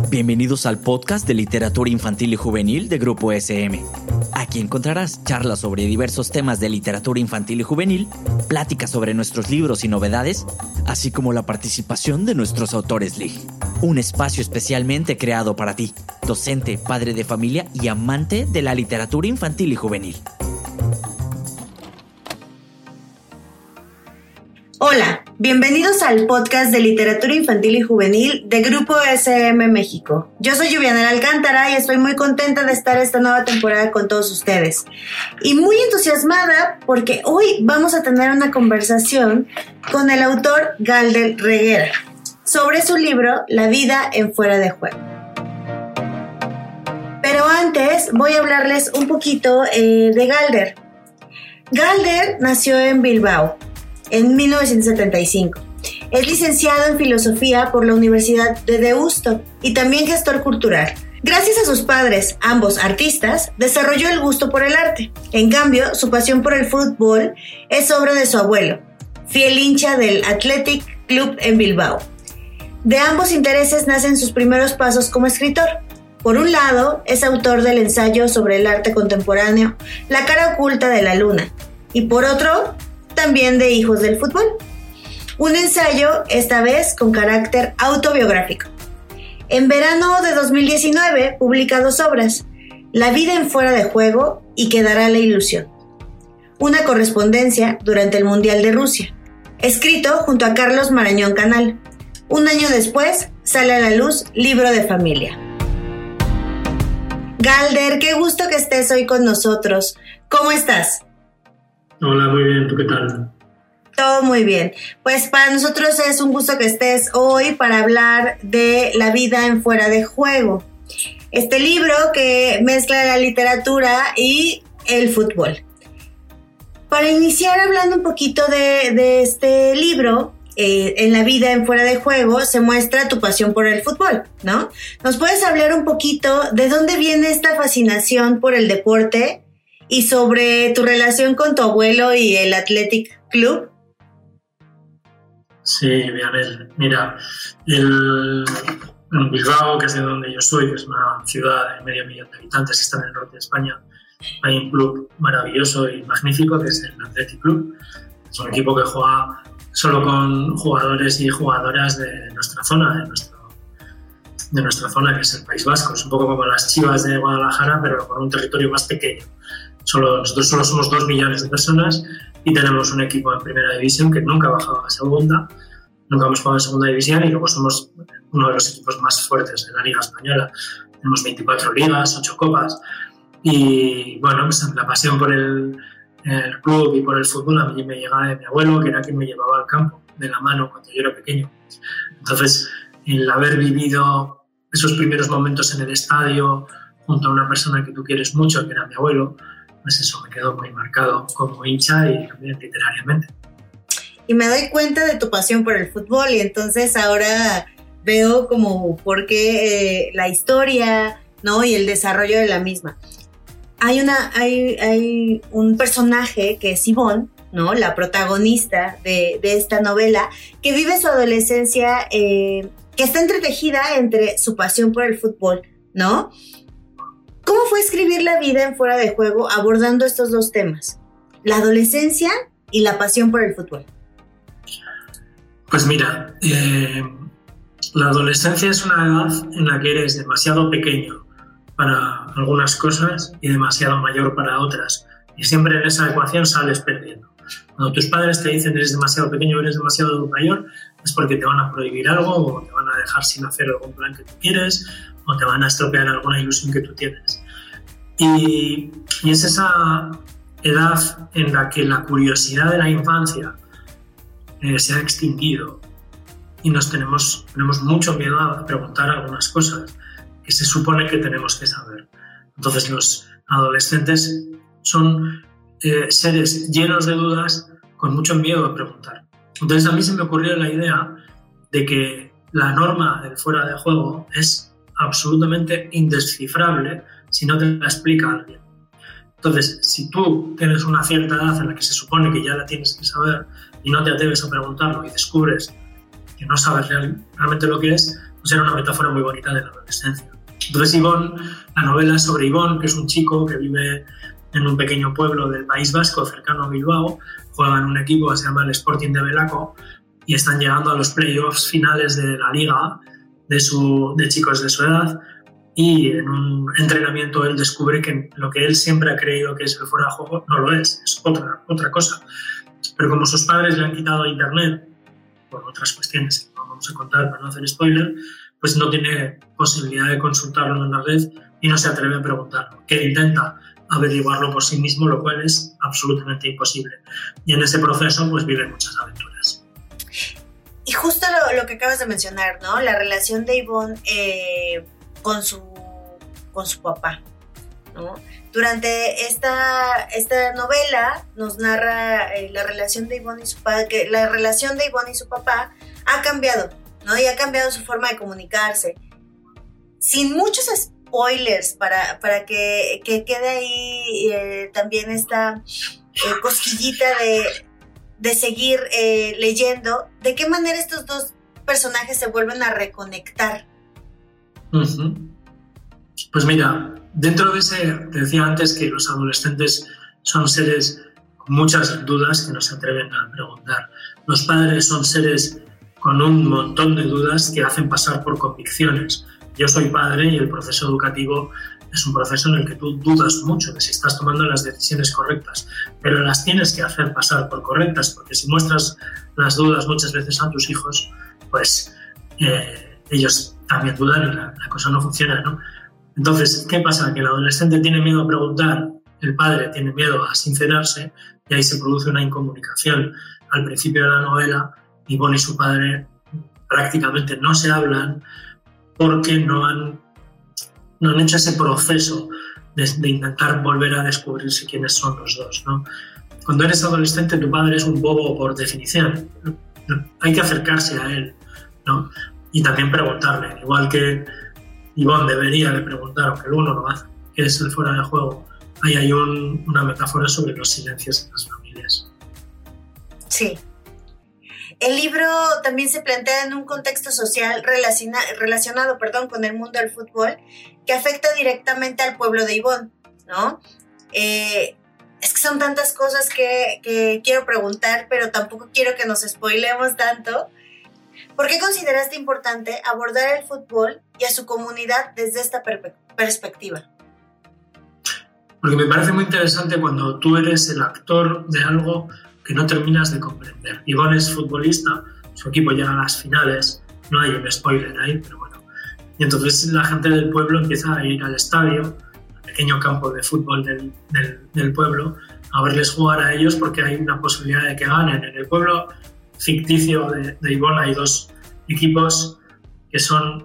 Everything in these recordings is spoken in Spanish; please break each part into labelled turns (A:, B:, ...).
A: Bienvenidos al podcast de literatura infantil y juvenil de Grupo SM. Aquí encontrarás charlas sobre diversos temas de literatura infantil y juvenil, pláticas sobre nuestros libros y novedades, así como la participación de nuestros autores League. Un espacio especialmente creado para ti, docente, padre de familia y amante de la literatura infantil y juvenil.
B: Hola, bienvenidos al podcast de literatura infantil y juvenil de Grupo SM México. Yo soy Yuvianela Alcántara y estoy muy contenta de estar esta nueva temporada con todos ustedes. Y muy entusiasmada porque hoy vamos a tener una conversación con el autor Galder Reguera sobre su libro La vida en fuera de juego. Pero antes voy a hablarles un poquito de Galder. Galder nació en Bilbao en 1975. Es licenciado en Filosofía por la Universidad de Deusto y también gestor cultural. Gracias a sus padres, ambos artistas, desarrolló el gusto por el arte. En cambio, su pasión por el fútbol es obra de su abuelo, fiel hincha del Athletic Club en Bilbao. De ambos intereses nacen sus primeros pasos como escritor. Por un lado, es autor del ensayo sobre el arte contemporáneo La cara oculta de la luna, y por otro, también de Hijos del Fútbol, un ensayo esta vez con carácter autobiográfico. En verano de 2019 publica dos obras, La vida en fuera de juego y Quedará la ilusión, una correspondencia durante el Mundial de Rusia, escrito junto a Carlos Marañón Canal. Un año después sale a la luz Libro de familia. Galder, qué gusto que estés hoy con nosotros. ¿Cómo estás?
C: Hola, muy bien, ¿tú qué tal?
B: Todo muy bien. Pues para nosotros es un gusto que estés hoy para hablar de La vida en fuera de juego. Este libro que mezcla la literatura y el fútbol. Para iniciar hablando un poquito de este libro, en La vida en fuera de juego se muestra tu pasión por el fútbol, ¿no? ¿Nos puedes hablar un poquito de dónde viene esta fascinación por el deporte y sobre tu relación con tu abuelo y el Athletic Club?
C: Sí, Vianel. Mira, en Bilbao, que es de donde yo soy, que es una ciudad de medio millón de habitantes que está en el norte de España, hay un club maravilloso y magnífico que es el Athletic Club. Es un equipo que juega solo con jugadores y jugadoras de nuestra zona, de nuestra zona, que es el País Vasco. Es un poco como las Chivas de Guadalajara, pero con un territorio más pequeño. Nosotros solo somos 2 millones de personas y tenemos un equipo en primera división que nunca ha bajado a segunda, nunca hemos jugado en segunda división, y luego somos uno de los equipos más fuertes de la Liga Española. Tenemos 24 ligas, 8 copas, y bueno, pues la pasión por el club y por el fútbol a mí me llegaba de mi abuelo, que era quien me llevaba al campo de la mano cuando yo era pequeño. Entonces, el haber vivido esos primeros momentos en el estadio junto a una persona que tú quieres mucho, que era mi abuelo, pues eso me quedó muy marcado como hincha y también literariamente.
B: Y me doy cuenta de tu pasión por el fútbol, y entonces ahora veo como por qué la historia, ¿no? Y el desarrollo de la misma. Hay un personaje que es Ivonne, ¿no? La protagonista de esta novela, que vive su adolescencia, que está entretejida entre su pasión por el fútbol, ¿no? ¿Cómo fue escribir La vida en fuera de juego abordando estos dos temas? La adolescencia y la pasión por el fútbol.
C: Pues mira, la adolescencia es una edad en la que eres demasiado pequeño para algunas cosas y demasiado mayor para otras. Y siempre en esa ecuación sales perdiendo. Cuando tus padres te dicen eres demasiado pequeño o eres demasiado mayor, es porque te van a prohibir algo, o te van a dejar sin hacer algún plan que tú quieres, o te van a estropear alguna ilusión que tú tienes. Y es esa edad en la que la curiosidad de la infancia se ha extinguido y tenemos mucho miedo a preguntar algunas cosas que se supone que tenemos que saber. Entonces los adolescentes son seres llenos de dudas, con mucho miedo a preguntar. Entonces a mí se me ocurrió la idea de que la norma del fuera de juego es absolutamente indescifrable si no te la explica alguien. Entonces, si tú tienes una cierta edad en la que se supone que ya la tienes que saber y no te atreves a preguntarlo y descubres que no sabes realmente lo que es, pues era una metáfora muy bonita de la adolescencia. Entonces Ivonne, la novela es sobre Ivonne, que es un chico que vive en un pequeño pueblo del País Vasco cercano a Bilbao, juega en un equipo que se llama el Sporting de Belaco y están llegando a los playoffs finales de la liga de chicos de su edad, y en un entrenamiento él descubre que lo que él siempre ha creído que es el fuera de juego no lo es otra cosa. Pero como sus padres le han quitado internet por otras cuestiones que no vamos a contar para no hacer spoiler, pues no tiene posibilidad de consultarlo en la red y no se atreve a preguntarlo, que intenta averiguarlo por sí mismo, lo cual es absolutamente imposible. Y en ese proceso pues vive muchas aventuras.
B: Y justo lo que acabas de mencionar, ¿no? La relación de Ivonne con su papá, ¿no? Durante esta novela nos narra la relación de Ivonne y su padre, que la relación de Ivonne y su papá ha cambiado, ¿no? Y ha cambiado su forma de comunicarse. Sin muchos spoilers para que quede ahí también esta cosquillita de seguir leyendo, ¿de qué manera estos dos personajes se vuelven a reconectar?
C: Uh-huh. Pues mira, dentro de ese, te decía antes que los adolescentes son seres con muchas dudas que no se atreven a preguntar. Los padres son seres con un montón de dudas que hacen pasar por convicciones. Yo soy padre y el proceso educativo es un proceso en el que tú dudas mucho de si estás tomando las decisiones correctas, pero las tienes que hacer pasar por correctas, porque si muestras las dudas muchas veces a tus hijos, pues ellos también dudan y la cosa no funciona, ¿no? Entonces, ¿qué pasa? Que el adolescente tiene miedo a preguntar, el padre tiene miedo a sincerarse y ahí se produce una incomunicación. Al principio de la novela, Ivonne y su padre prácticamente no se hablan porque no han hecho ese proceso de intentar volver a descubrirse quiénes son los dos, ¿no? Cuando eres adolescente, tu padre es un bobo por definición. Hay que acercarse a él, ¿no? Y también preguntarle, igual que Ivonne debería de preguntar, aunque luego no lo hace, qué es el fuera de juego. Ahí hay una metáfora sobre los silencios en las familias.
B: Sí. El libro también se plantea en un contexto social relacionado con el mundo del fútbol que afecta directamente al pueblo de Ivonne, ¿no? Es que son tantas cosas que quiero preguntar, pero tampoco quiero que nos spoilemos tanto. ¿Por qué consideraste importante abordar el fútbol y a su comunidad desde esta perspectiva?
C: Porque me parece muy interesante cuando tú eres el actor de algo que no terminas de comprender. Ivonne es futbolista, su equipo llega a las finales, no hay un spoiler ahí, pero bueno. Y entonces la gente del pueblo empieza a ir al estadio, al pequeño campo de fútbol del pueblo, a verles jugar a ellos porque hay una posibilidad de que ganen. En el pueblo ficticio de Ivonne hay dos equipos que son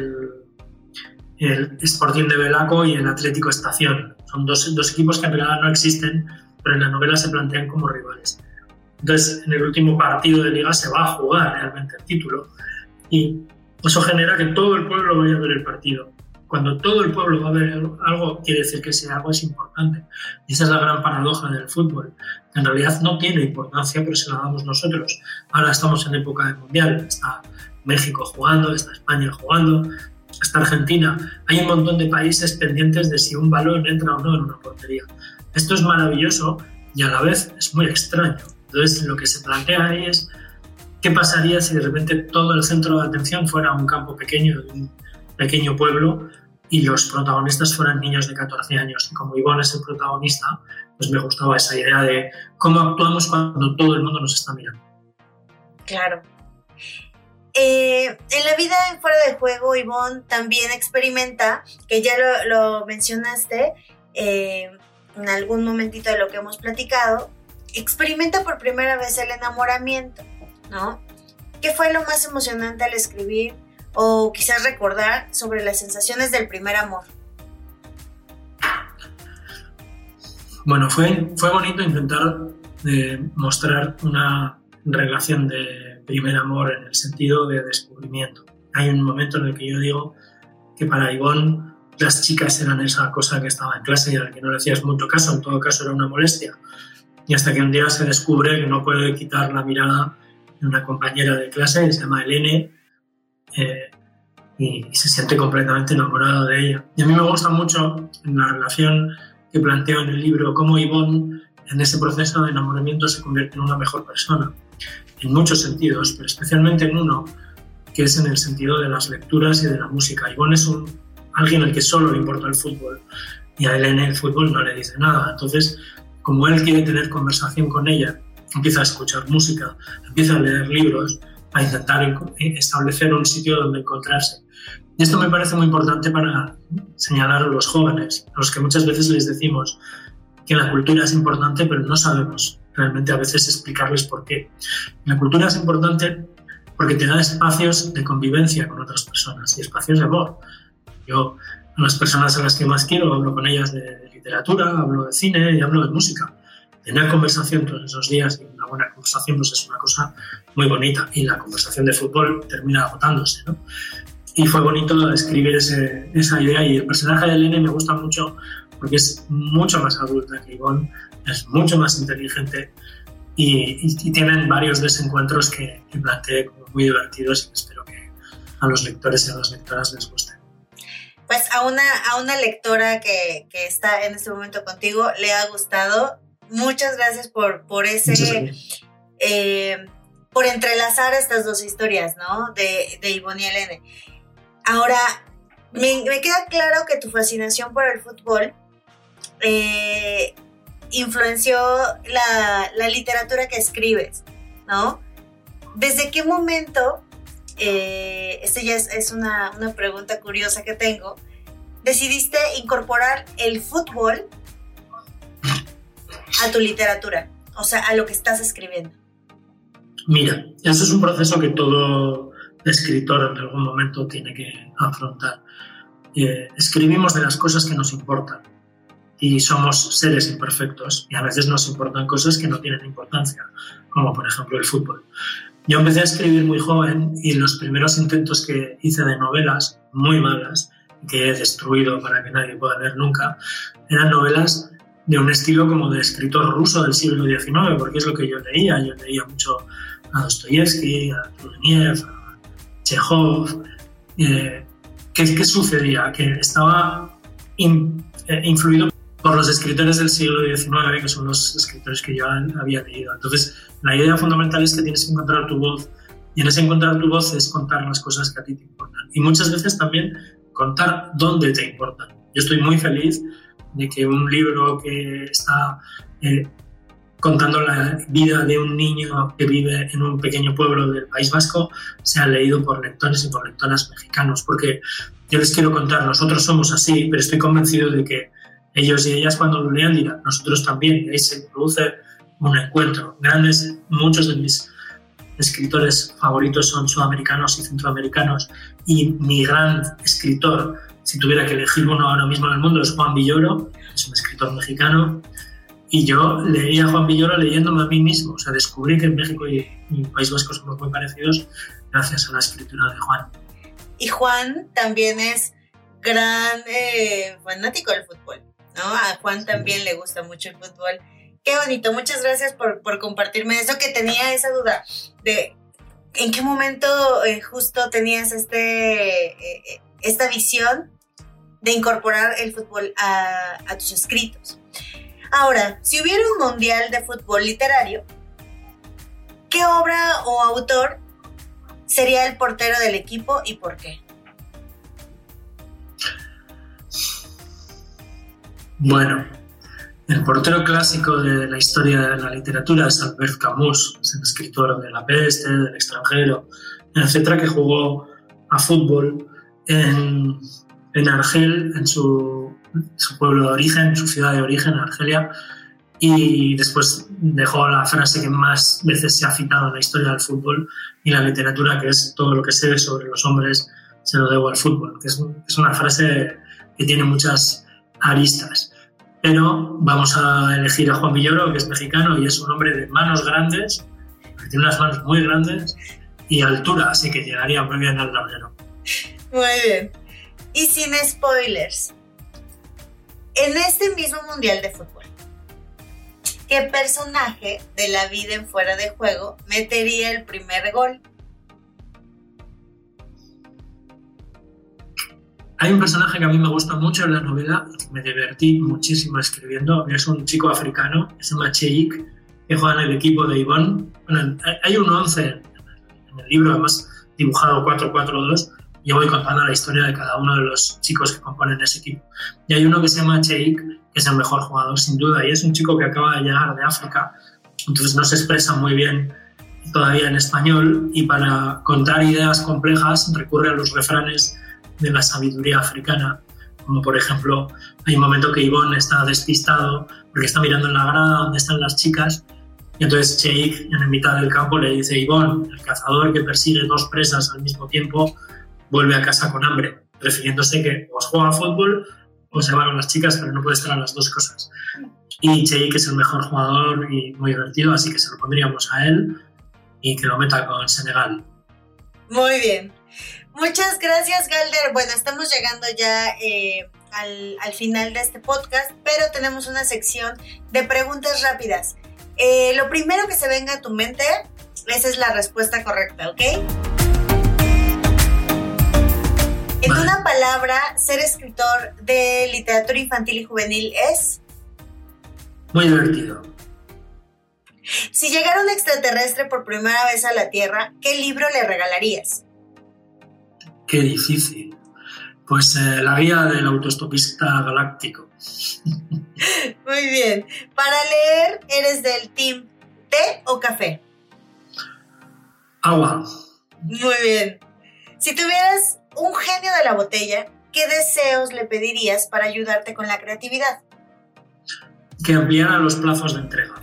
C: el Sporting de Belaco y el Atlético Estación. Son dos equipos que en realidad no existen, pero en la novela se plantean como rivales. Entonces, en el último partido de Liga se va a jugar realmente el título y eso genera que todo el pueblo vaya a ver el partido. Cuando todo el pueblo va a ver algo, quiere decir que ese algo es importante. Y esa es la gran paradoja del fútbol. En realidad no tiene importancia, pero se la damos nosotros. Ahora estamos en época de mundial. Está México jugando, está España jugando, está Argentina. Hay un montón de países pendientes de si un balón entra o no en una portería. Esto es maravilloso y a la vez es muy extraño. Entonces, lo que se plantea ahí es qué pasaría si de repente todo el centro de atención fuera un campo pequeño de un pequeño pueblo y los protagonistas fueran niños de 14 años. Y como Ivonne es el protagonista, pues me gustaba esa idea de cómo actuamos cuando todo el mundo nos está mirando.
B: Claro. En la vida fuera de juego, Ivonne también experimenta, que ya lo mencionaste en algún momentito de lo que hemos platicado, experimenta por primera vez el enamoramiento, ¿no? ¿Qué fue lo más emocionante al escribir o quizás recordar sobre las sensaciones del primer amor?
C: Bueno, fue bonito intentar mostrar una relación de primer amor en el sentido de descubrimiento. Hay un momento en el que yo digo que para Ivonne las chicas eran esa cosa que estaba en clase y a la que no le hacías mucho caso, en todo caso era una molestia. Y hasta que un día se descubre que no puede quitar la mirada de una compañera de clase que se llama Helene, y se siente completamente enamorado de ella. Y a mí me gusta mucho en la relación que planteo en el libro cómo Ivonne en ese proceso de enamoramiento se convierte en una mejor persona, en muchos sentidos, pero especialmente en uno, que es en el sentido de las lecturas y de la música. Ivonne es alguien al que solo le importa el fútbol, y a Helene el fútbol no le dice nada. Entonces, como él quiere tener conversación con ella, empieza a escuchar música, empieza a leer libros, a intentar establecer un sitio donde encontrarse. Y esto me parece muy importante para señalar a los jóvenes, a los que muchas veces les decimos que la cultura es importante, pero no sabemos realmente a veces explicarles por qué. La cultura es importante porque te da espacios de convivencia con otras personas y espacios de amor. Yo, a las personas a las que más quiero, hablo con ellas de literatura, hablo de cine y hablo de música. Tener conversación todos esos días, y una buena conversación pues es una cosa muy bonita, y la conversación de fútbol termina agotándose, ¿no? Y fue bonito escribir esa idea, y el personaje de Helene me gusta mucho porque es mucho más adulta que Ivonne, es mucho más inteligente y tienen varios desencuentros que planteé como muy divertidos, y espero que a los lectores y a las lectoras les guste.
B: Pues a una lectora que está en este momento contigo le ha gustado. Muchas gracias por entrelazar estas dos historias, ¿no? De Ivonne y Helene. Ahora, me queda claro que tu fascinación por el fútbol influenció la literatura que escribes, ¿no? ¿Desde qué momento, esta ya es una pregunta curiosa que tengo, decidiste incorporar el fútbol a tu literatura, o sea, a lo que estás escribiendo?
C: Mira, eso es un proceso que todo escritor en algún momento tiene que afrontar. Escribimos de las cosas que nos importan, y somos seres imperfectos, y a veces nos importan cosas que no tienen importancia, como por ejemplo el fútbol. Yo empecé a escribir muy joven, y los primeros intentos que hice de novelas muy malas, que he destruido para que nadie pueda leer nunca, eran novelas de un estilo como de escritor ruso del siglo XIX, porque es lo que yo leía. Yo leía mucho a Dostoyevsky, a Turgenev, a Chekhov. ¿Qué sucedía? Que estaba influido por los escritores del siglo XIX, que son los escritores que yo había leído. Entonces, la idea fundamental es que tienes que encontrar tu voz, y en ese encontrar tu voz es contar las cosas que a ti te importan. Y muchas veces también contar dónde te importan. Yo estoy muy feliz de que un libro que está contando la vida de un niño que vive en un pequeño pueblo del País Vasco sea leído por lectores y por lectoras mexicanos, porque yo les quiero contar, nosotros somos así, pero estoy convencido de que ellos y ellas cuando lo lean dirán, nosotros también, y ahí se produce un encuentro. Muchos de mis escritores favoritos son sudamericanos y centroamericanos, y mi gran escritor, si tuviera que elegir uno ahora mismo en el mundo, es Juan Villoro, es un escritor mexicano, y yo leía a Juan Villoro leyéndome a mí mismo. O sea, descubrí que en México y País Vasco somos muy parecidos gracias a la escritura de Juan.
B: Y Juan también es gran fanático del fútbol, ¿no? A Juan también le gusta mucho el fútbol. Qué bonito, muchas gracias por compartirme eso, que tenía esa duda de en qué momento justo tenías esta visión de incorporar el fútbol a tus escritos. Ahora, si hubiera un mundial de fútbol literario, ¿qué obra o autor sería el portero del equipo y por qué?
C: Bueno, el portero clásico de la historia de la literatura es Albert Camus, es el escritor de La Peste, del Extranjero, etcétera, que jugó a fútbol en Argel, en su pueblo de origen, en su ciudad de origen, Argelia, y después dejó la frase que más veces se ha citado en la historia del fútbol y la literatura, que es: todo lo que sé sobre los hombres se lo debo al fútbol, que es una frase que tiene muchas aristas. Pero vamos a elegir a Juan Villoro, que es mexicano y es un hombre de manos grandes, que tiene unas manos muy grandes y altura, así que llegaría muy bien al larguero.
B: Muy bien. Y sin spoilers, en este mismo mundial de fútbol, ¿qué personaje de la vida en Fuera de Juego metería el primer gol?
C: Hay un personaje que a mí me gusta mucho en la novela y que me divertí muchísimo escribiendo. Es un chico africano, que se llama Cheikh, que juega en el equipo de Yvonne. Bueno, hay un 11 en el libro, además dibujado 4-4-2. Yo voy contando la historia de cada uno de los chicos que componen ese equipo. Y hay uno que se llama Cheikh, que es el mejor jugador sin duda, y es un chico que acaba de llegar de África, entonces no se expresa muy bien todavía en español, y para contar ideas complejas recurre a los refranes de la sabiduría africana, como por ejemplo, hay un momento que Yvonne está despistado porque está mirando en la grada donde están las chicas, y entonces Cheikh en la mitad del campo le dice: Yvonne, el cazador que persigue 2 presas al mismo tiempo vuelve a casa con hambre, refiriéndose que o juega a fútbol o se va con las chicas, pero no puede estar a las 2 cosas. Y Cheikh es el mejor jugador y muy divertido, así que se lo pondríamos a él y que lo meta con Senegal.
B: Muy bien. Muchas gracias, Galder. Bueno, estamos llegando ya al final de este podcast, pero tenemos una sección de preguntas rápidas. Lo primero que se venga a tu mente, esa es la respuesta correcta, ¿ok? En una palabra, ser escritor de literatura infantil y juvenil es...
C: Muy divertido.
B: Si llegara un extraterrestre por primera vez a la Tierra, ¿qué libro le regalarías?
C: Qué difícil. Pues la guía del autoestopista galáctico.
B: Muy bien. Para leer, ¿eres del team té o café?
C: Agua.
B: Muy bien. Si tuvieras un genio de la botella, ¿qué deseos le pedirías para ayudarte con la creatividad?
C: Que ampliara los plazos de entrega.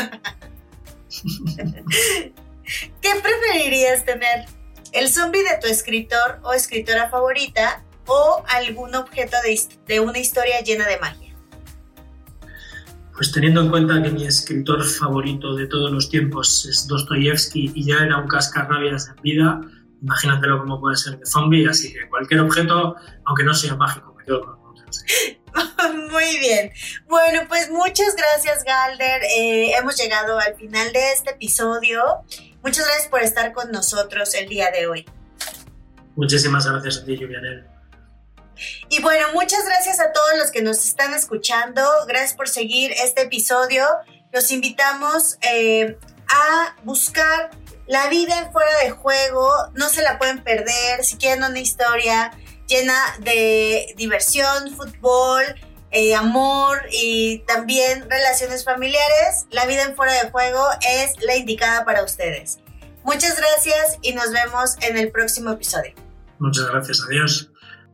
B: ¿Qué preferirías tener? ¿El zombie de tu escritor o escritora favorita o algún objeto de una historia llena de magia?
C: Pues teniendo en cuenta que mi escritor favorito de todos los tiempos es Dostoyevsky y ya era un cascarrabias en vida, imagínatelo cómo puede ser de zombie, así que cualquier objeto, aunque no sea mágico, me quedo con otros.
B: Muy bien. Bueno, pues muchas gracias, Galder. Hemos llegado al final de este episodio. Muchas gracias por estar con nosotros el día de hoy.
C: Muchísimas gracias a ti, Julianel.
B: Y bueno, muchas gracias a todos los que nos están escuchando. Gracias por seguir este episodio. Los invitamos a buscar La vida en fuera de juego. No se la pueden perder. Si quieren una historia llena de diversión, fútbol, amor y también relaciones familiares, La vida en fuera de juego es la indicada para ustedes. Muchas gracias y nos vemos en el próximo episodio.
C: Muchas gracias, adiós.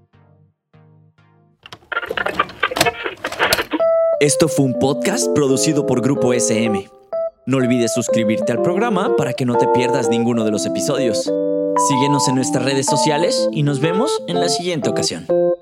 A: Esto fue un podcast producido por Grupo SM. No olvides suscribirte al programa para que no te pierdas ninguno de los episodios. Síguenos en nuestras redes sociales y nos vemos en la siguiente ocasión.